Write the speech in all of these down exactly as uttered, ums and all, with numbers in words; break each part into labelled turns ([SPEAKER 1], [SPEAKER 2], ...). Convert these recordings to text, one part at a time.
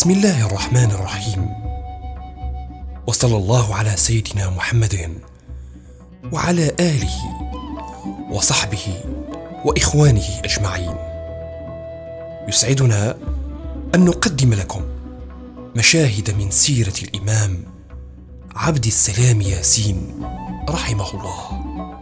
[SPEAKER 1] بسم الله الرحمن الرحيم، وصلى الله على سيدنا محمد وعلى آله وصحبه وإخوانه أجمعين. يسعدنا أن نقدم لكم مشاهد من سيرة الإمام عبد السلام ياسين رحمه الله.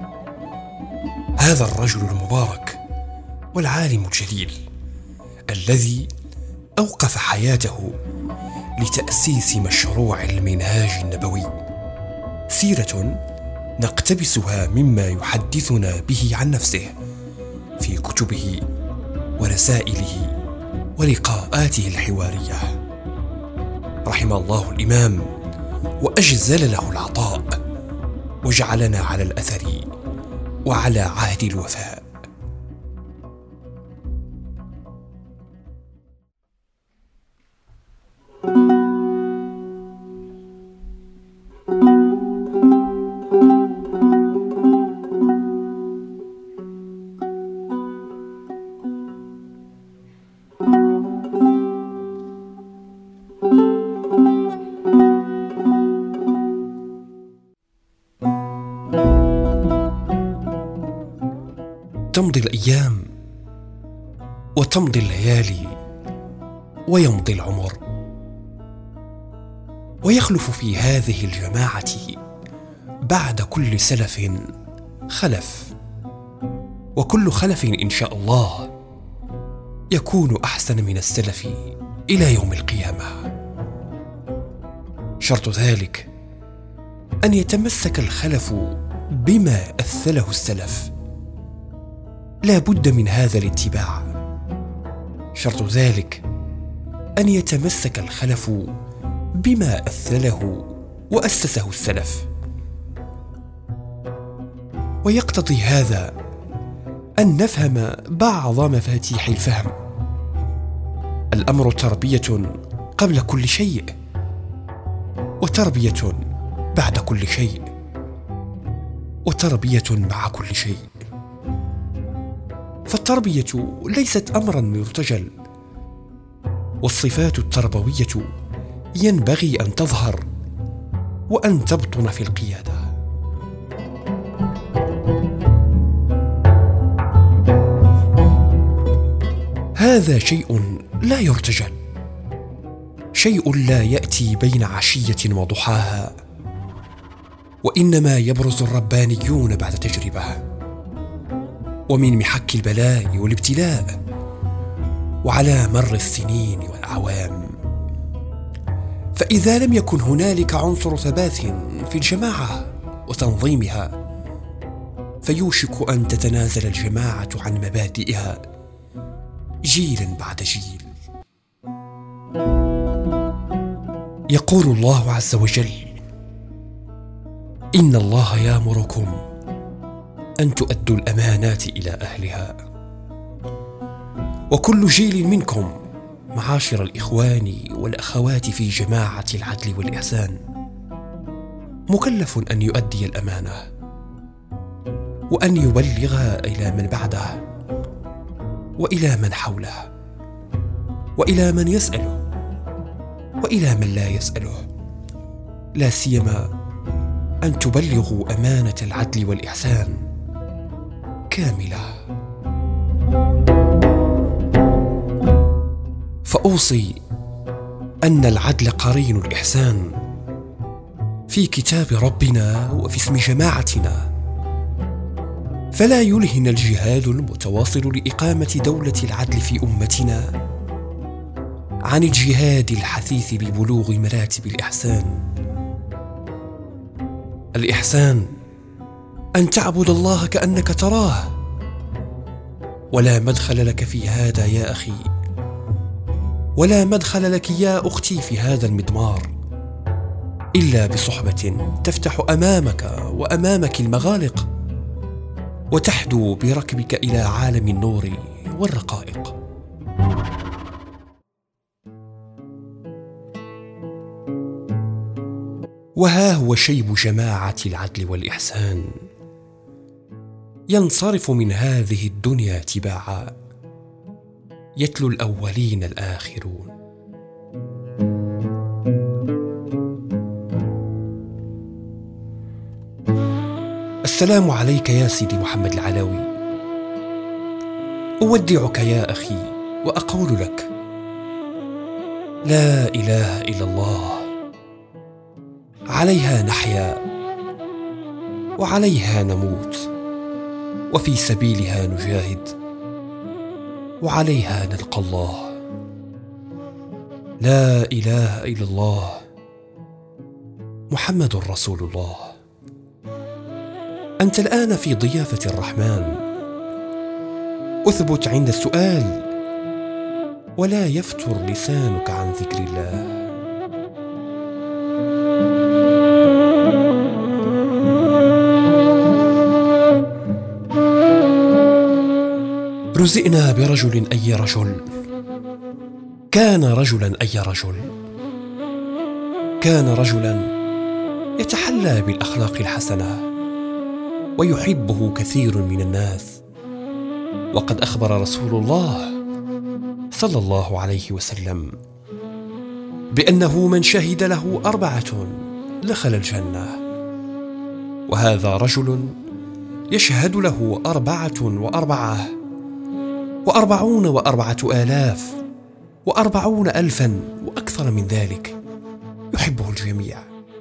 [SPEAKER 1] هذا الرجل المبارك والعالم الجليل الذي أوقف حياته لتأسيس مشروع المنهاج النبوي، سيرة نقتبسها مما يحدثنا به عن نفسه في كتبه ورسائله ولقاءاته الحوارية. رحم الله الإمام وأجزل له العطاء، وجعلنا على الأثر وعلى عهد الوفاء. تمضي الأيام وتمضي الليالي ويمضي العمر، ويخلف في هذه الجماعة بعد كل سلف خلف، وكل خلف إن شاء الله يكون أحسن من السلف إلى يوم القيامة. شرط ذلك أن يتمسك الخلف بما أثله السلف، لا بد من هذا الاتباع. شرط ذلك أن يتمسك الخلف بما أثله وأسسه السلف، ويقتضي هذا أن نفهم بعض مفاتيح الفهم. الأمر تربية قبل كل شيء، وتربية بعد كل شيء، وتربية مع كل شيء. فالتربية ليست أمرا مرتجل، والصفات التربوية ينبغي أن تظهر وأن تبطن في القيادة. هذا شيء لا يرتجل، شيء لا يأتي بين عشية وضحاها، وإنما يبرز الربانيون بعد تجربة ومن محك البلاء والابتلاء، وعلى مر السنين والأعوام. فإذا لم يكن هنالك عنصر ثبات في الجماعة وتنظيمها، فيوشك أن تتنازل الجماعة عن مبادئها جيلا بعد جيل. يقول الله عز وجل: إن الله يأمركم أن تؤدوا الأمانات إلى أهلها. وكل جيل منكم معاشر الإخوان والأخوات في جماعة العدل والإحسان مكلف أن يؤدي الأمانة، وأن يبلغها إلى من بعده، وإلى من حوله، وإلى من يسأله، وإلى من لا يسأله، لا سيما أن تبلغوا أمانة العدل والإحسان كاملة. فأوصي أن العدل قرين الإحسان في كتاب ربنا وفي اسم جماعتنا، فلا يلهن الجهاد المتواصل لإقامة دولة العدل في أمتنا عن الجهاد الحثيث ببلوغ مراتب الإحسان. الإحسان أن تعبد الله كأنك تراه، ولا مدخل لك في هذا يا أخي، ولا مدخل لك يا أختي في هذا المضمار، إلا بصحبة تفتح أمامك وأمامك المغالق، وتحدو بركبك إلى عالم النور والرقائق. وها هو شيب جماعة العدل والإحسان ينصرف من هذه الدنيا تباعا، يتلو الأولين الآخرون. السلام عليك يا سيدي محمد العلوي. أودعك يا أخي وأقول لك: لا إله إلا الله، عليها نحيا وعليها نموت، وفي سبيلها نجاهد وعليها نلقى الله. لا إله إلا الله، محمد رسول الله. أنت الآن في ضيافة الرحمن، أثبت عند السؤال ولا يفتر لسانك عن ذكر الله. رزقنا برجل أي رجل، كان رجلا أي رجل، كان رجلا يتحلى بالأخلاق الحسنة ويحبه كثير من الناس. وقد أخبر رسول الله صلى الله عليه وسلم بأنه من شهد له أربعة دخل الجنة، وهذا رجل يشهد له أربعة وأربعة وأربعون وأربعة آلاف وأربعون ألفا وأكثر من ذلك، يحبه الجميع.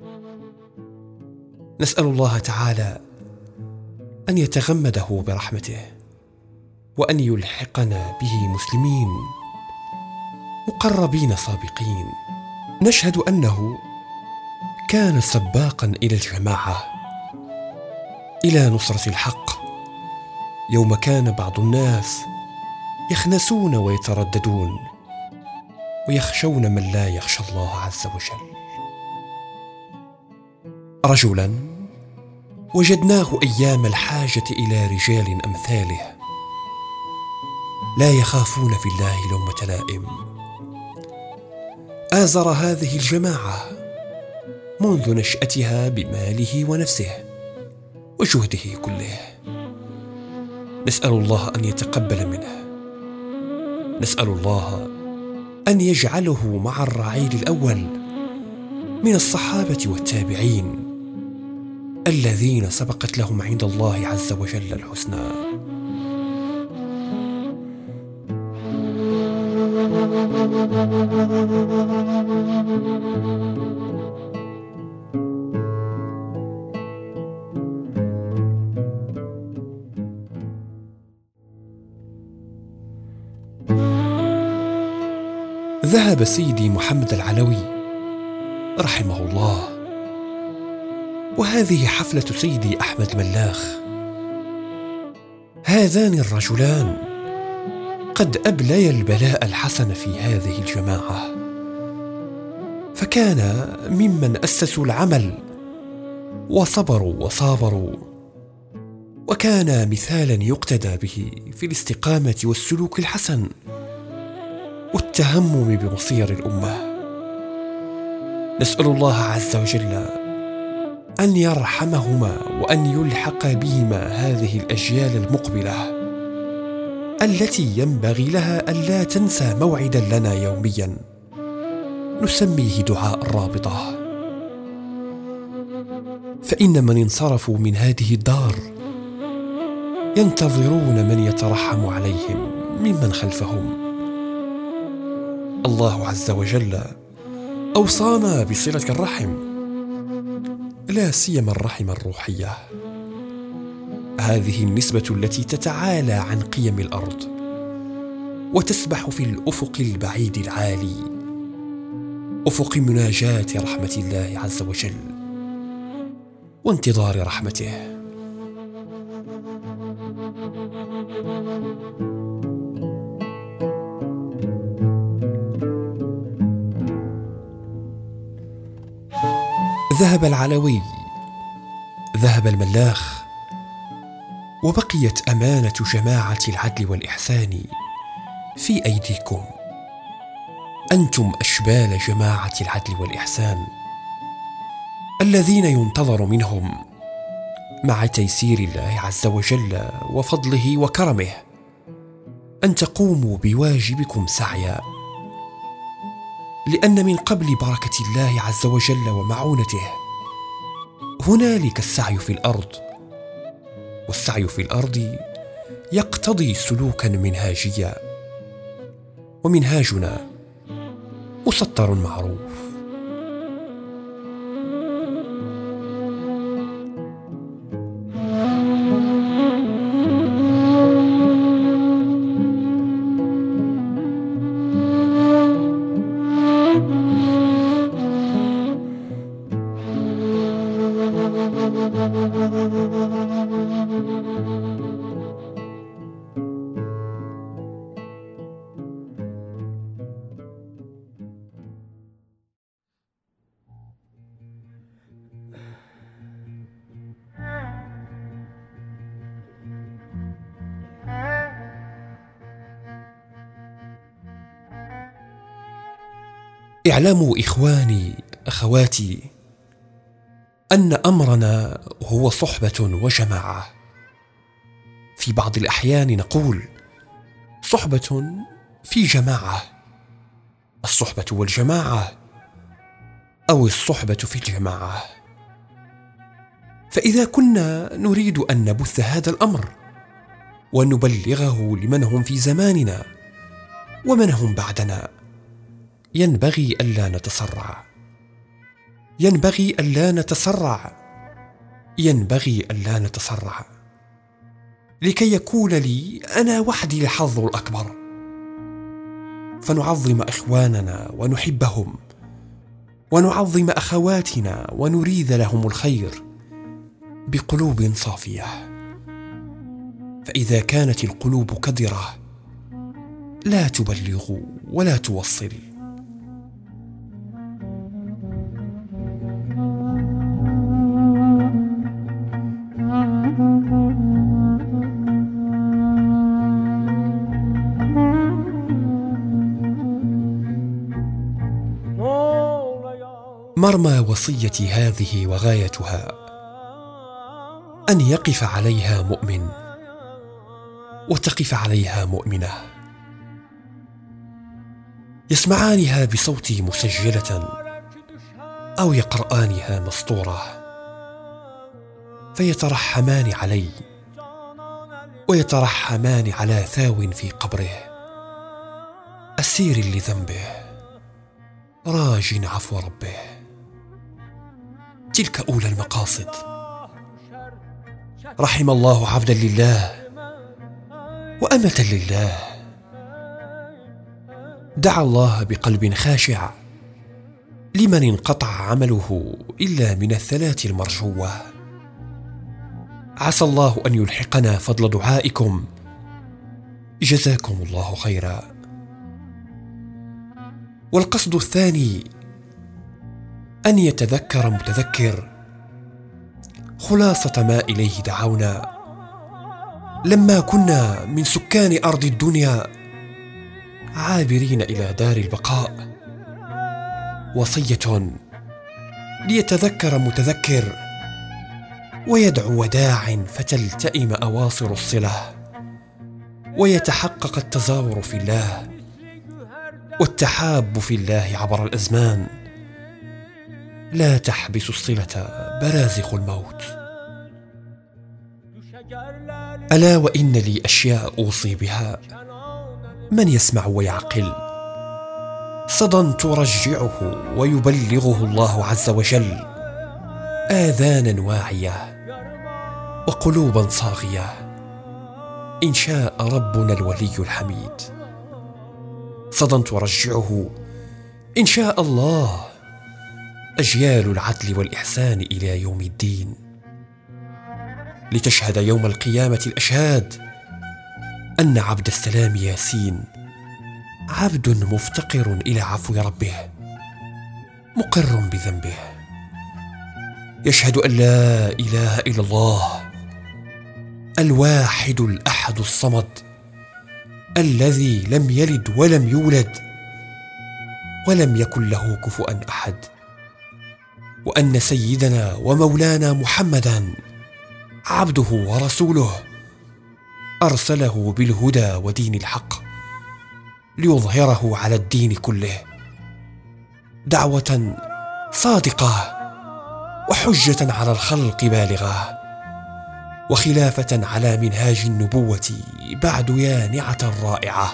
[SPEAKER 1] نسأل الله تعالى أن يتغمده برحمته، وأن يلحقنا به مسلمين مقربين سابقين. نشهد أنه كان سباقا إلى الجماعة، إلى نصرة الحق، يوم كان بعض الناس يخنسون ويترددون ويخشون من لا يخشى الله عز وجل. رجلا وجدناه أيام الحاجة إلى رجال أمثاله لا يخافون في الله لومة لائم. آزر هذه الجماعة منذ نشأتها بماله ونفسه وجهده كله. نسأل الله أن يتقبل منه، نسأل الله أن يجعله مع الرعيل الأول من الصحابة والتابعين الذين سبقت لهم عند الله عز وجل الحسنى. ذهب سيدي محمد العلوي رحمه الله، وهذه حفلة سيدي أحمد ملاخ. هذان الرجلان قد أبليا البلاء الحسن في هذه الجماعة، فكان ممن أسسوا العمل وصبروا وصابروا، وكان مثالا يقتدى به في الاستقامة والسلوك الحسن والتهمم بمصير الأمة. نسأل الله عز وجل أن يرحمهما وأن يلحق بهما هذه الأجيال المقبلة التي ينبغي لها ألا تنسى موعدا لنا يوميا نسميه دعاء الرابطة. فإن من انصرفوا من هذه الدار ينتظرون من يترحم عليهم ممن خلفهم. الله عز وجل أوصانا بصلة الرحم، لا سيما الرحم الروحية، هذه النسبة التي تتعالى عن قيم الأرض وتسبح في الأفق البعيد العالي، أفق مناجاة رحمة الله عز وجل وانتظار رحمته. ذهب العلوي، ذهب الملاخ، وبقيت أمانة جماعة العدل والإحسان في أيديكم. أنتم أشبال جماعة العدل والإحسان الذين ينتظر منهم مع تيسير الله عز وجل وفضله وكرمه أن تقوموا بواجبكم سعيا، لأن من قبل بركة الله عز وجل ومعونته هنالك السعي في الأرض والسعي في الأرض يقتضي سلوكا منهاجيا، ومنهاجنا مسطر معروف. اعلموا إخواني أخواتي أن أمرنا هو صحبة وجماعة. في بعض الأحيان نقول صحبة في جماعة، الصحبة والجماعة، أو الصحبة في الجماعة. فإذا كنا نريد أن نبث هذا الأمر ونبلغه لمن هم في زماننا ومن هم بعدنا، ينبغي ألا نتسرع، ينبغي ألا نتسرع، ينبغي ألا نتسرع، لكي يكون لي أنا وحدي الحظ الأكبر، فنعظم إخواننا ونحبهم، ونعظم أخواتنا ونريد لهم الخير بقلوب صافية. فإذا كانت القلوب كدرة لا تبلغ ولا توصل. مرمى وصيتي هذه وغايتها أن يقف عليها مؤمن وتقف عليها مؤمنة، يسمعانها بصوتي مسجلة أو يقرآنها مسطورة، فيترحمان علي ويترحمان على ثاو في قبره أسير لذنبه راج عفو ربه. تلك أولى المقاصد. رحم الله عبدا لله وأمة لله دعا الله بقلب خاشع لمن انقطع عمله إلا من الثلاث المرجوة. عسى الله أن يلحقنا فضل دعائكم، جزاكم الله خيرا. والقصد الثاني أن يتذكر متذكر خلاصة ما إليه دعونا لما كنا من سكان أرض الدنيا عابرين إلى دار البقاء. وصية ليتذكر متذكر ويدعو وداع فتلتئم أواصر الصلة ويتحقق التزاور في الله والتحاب في الله عبر الأزمان. لا تحبس الصلة برازخ الموت. ألا وإن لي أشياء أوصي بها من يسمع ويعقل صدى ترجعه ويبلغه الله عز وجل، آذانا واعية وقلوبا صاغية، إن شاء ربنا الولي الحميد. صدى ترجعه إن شاء الله أجيال العدل والإحسان إلى يوم الدين، لتشهد يوم القيامة الأشهاد أن عبد السلام ياسين عبد مفتقر إلى عفو ربه مقر بذنبه، يشهد أن لا إله إلا الله الواحد الأحد الصمد الذي لم يلد ولم يولد ولم يكن له كفؤا أحد، وأن سيدنا ومولانا محمدا عبده ورسوله أرسله بالهدى ودين الحق ليظهره على الدين كله، دعوة صادقة وحجة على الخلق بالغة. وخلافة على منهاج النبوة بعد يا نعة الرائعة.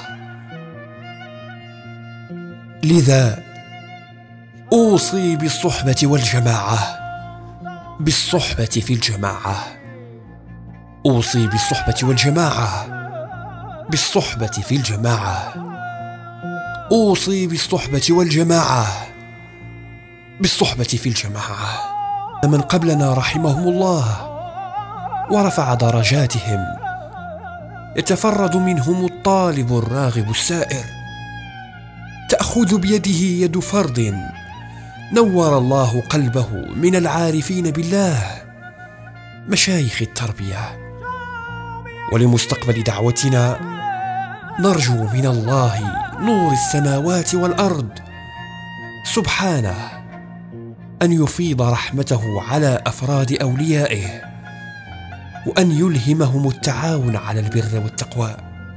[SPEAKER 1] لذا أوصي بالصحبة والجماعة، بالصحبة في الجماعة، أوصي بالصحبة والجماعة، بالصحبة في الجماعة، أوصي بالصحبة والجماعة، بالصحبة في الجماعة. من قبلنا رحمهم الله ورفع درجاتهم، يتفرد منهم الطالب الراغب السائر، تأخذ بيده يد فرد نور الله قلبه من العارفين بالله، مشايخ التربية. ولمستقبل دعوتنا نرجو من الله نور السماوات والأرض سبحانه أن يفيض رحمته على أفراد أوليائه، وأن يلهمهم التعاون على البر والتقوى،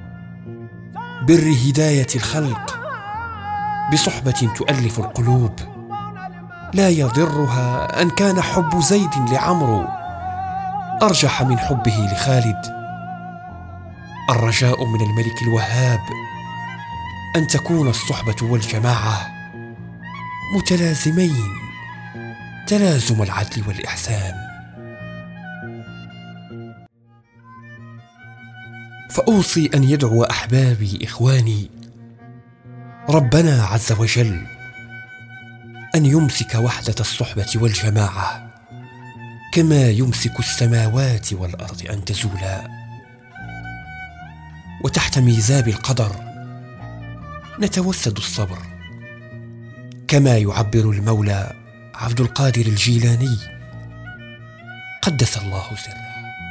[SPEAKER 1] بر هداية الخلق، بصحبة تؤلف القلوب لا يضرها أن كان حب زيد لعمرو أرجح من حبه لخالد. الرجاء من الملك الوهاب أن تكون الصحبة والجماعة متلازمين تلازم العدل والإحسان. فأوصي أن يدعو أحبابي إخواني ربنا عز وجل أن يمسك وحدة الصحبة والجماعة كما يمسك السماوات والأرض أن تزولا. وتحت ميزاب القدر نتوسد الصبر، كما يعبر المولى عبد القادر الجيلاني قدس الله سره.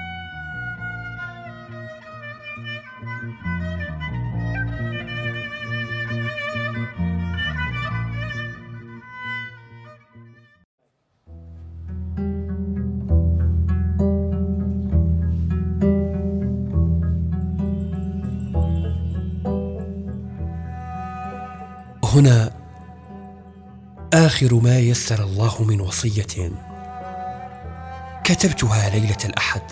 [SPEAKER 1] هنا آخر ما يسر الله من وصية كتبتها ليلة الأحد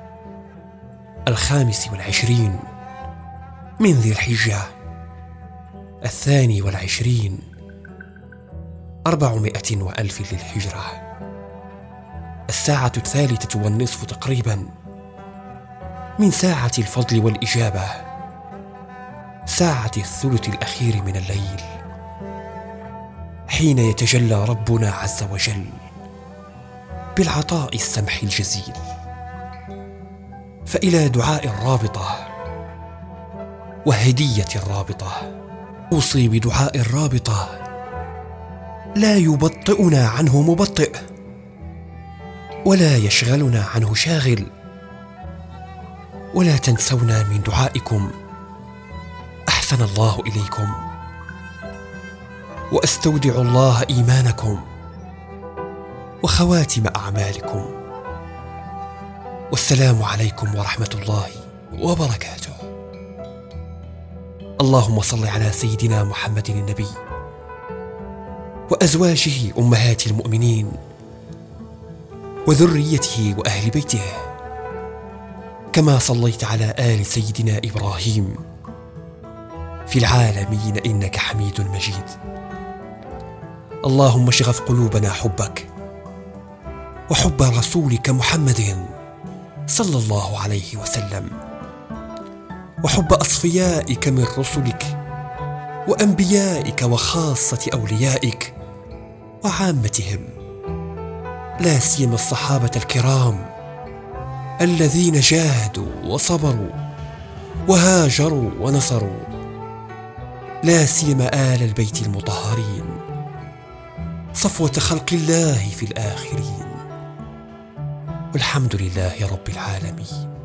[SPEAKER 1] الخامس والعشرين من ذي الحجة الثاني والعشرين أربعمائة وألف للهجرة، الساعة الثالثة والنصف تقريبا من ساعة الفضل والإجابة، ساعة الثلث الأخير من الليل، حين يتجلى ربنا عز وجل بالعطاء السمح الجزيل. فإلى دعاء الرابطة وهدية الرابطة، أوصي بدعاء الرابطة لا يبطئنا عنه مبطئ ولا يشغلنا عنه شاغل، ولا تنسونا من دعائكم. أحسن الله إليكم، وأستودع الله إيمانكم وخواتم أعمالكم، والسلام عليكم ورحمة الله وبركاته. اللهم صل على سيدنا محمد النبي وأزواجه أمهات المؤمنين وذريته وأهل بيته، كما صليت على آل سيدنا إبراهيم في العالمين إنك حميد مجيد. اللهم اشغف قلوبنا حبك وحب رسولك محمد صلى الله عليه وسلم، وحب أصفيائك من رسلك وأنبيائك وخاصة أوليائك وعامتهم، لا سيما الصحابة الكرام الذين جاهدوا وصبروا وهاجروا ونصروا، لا سيما آل البيت المطهرين صفوة خلق الله في الآخرين. والحمد لله رب العالمين.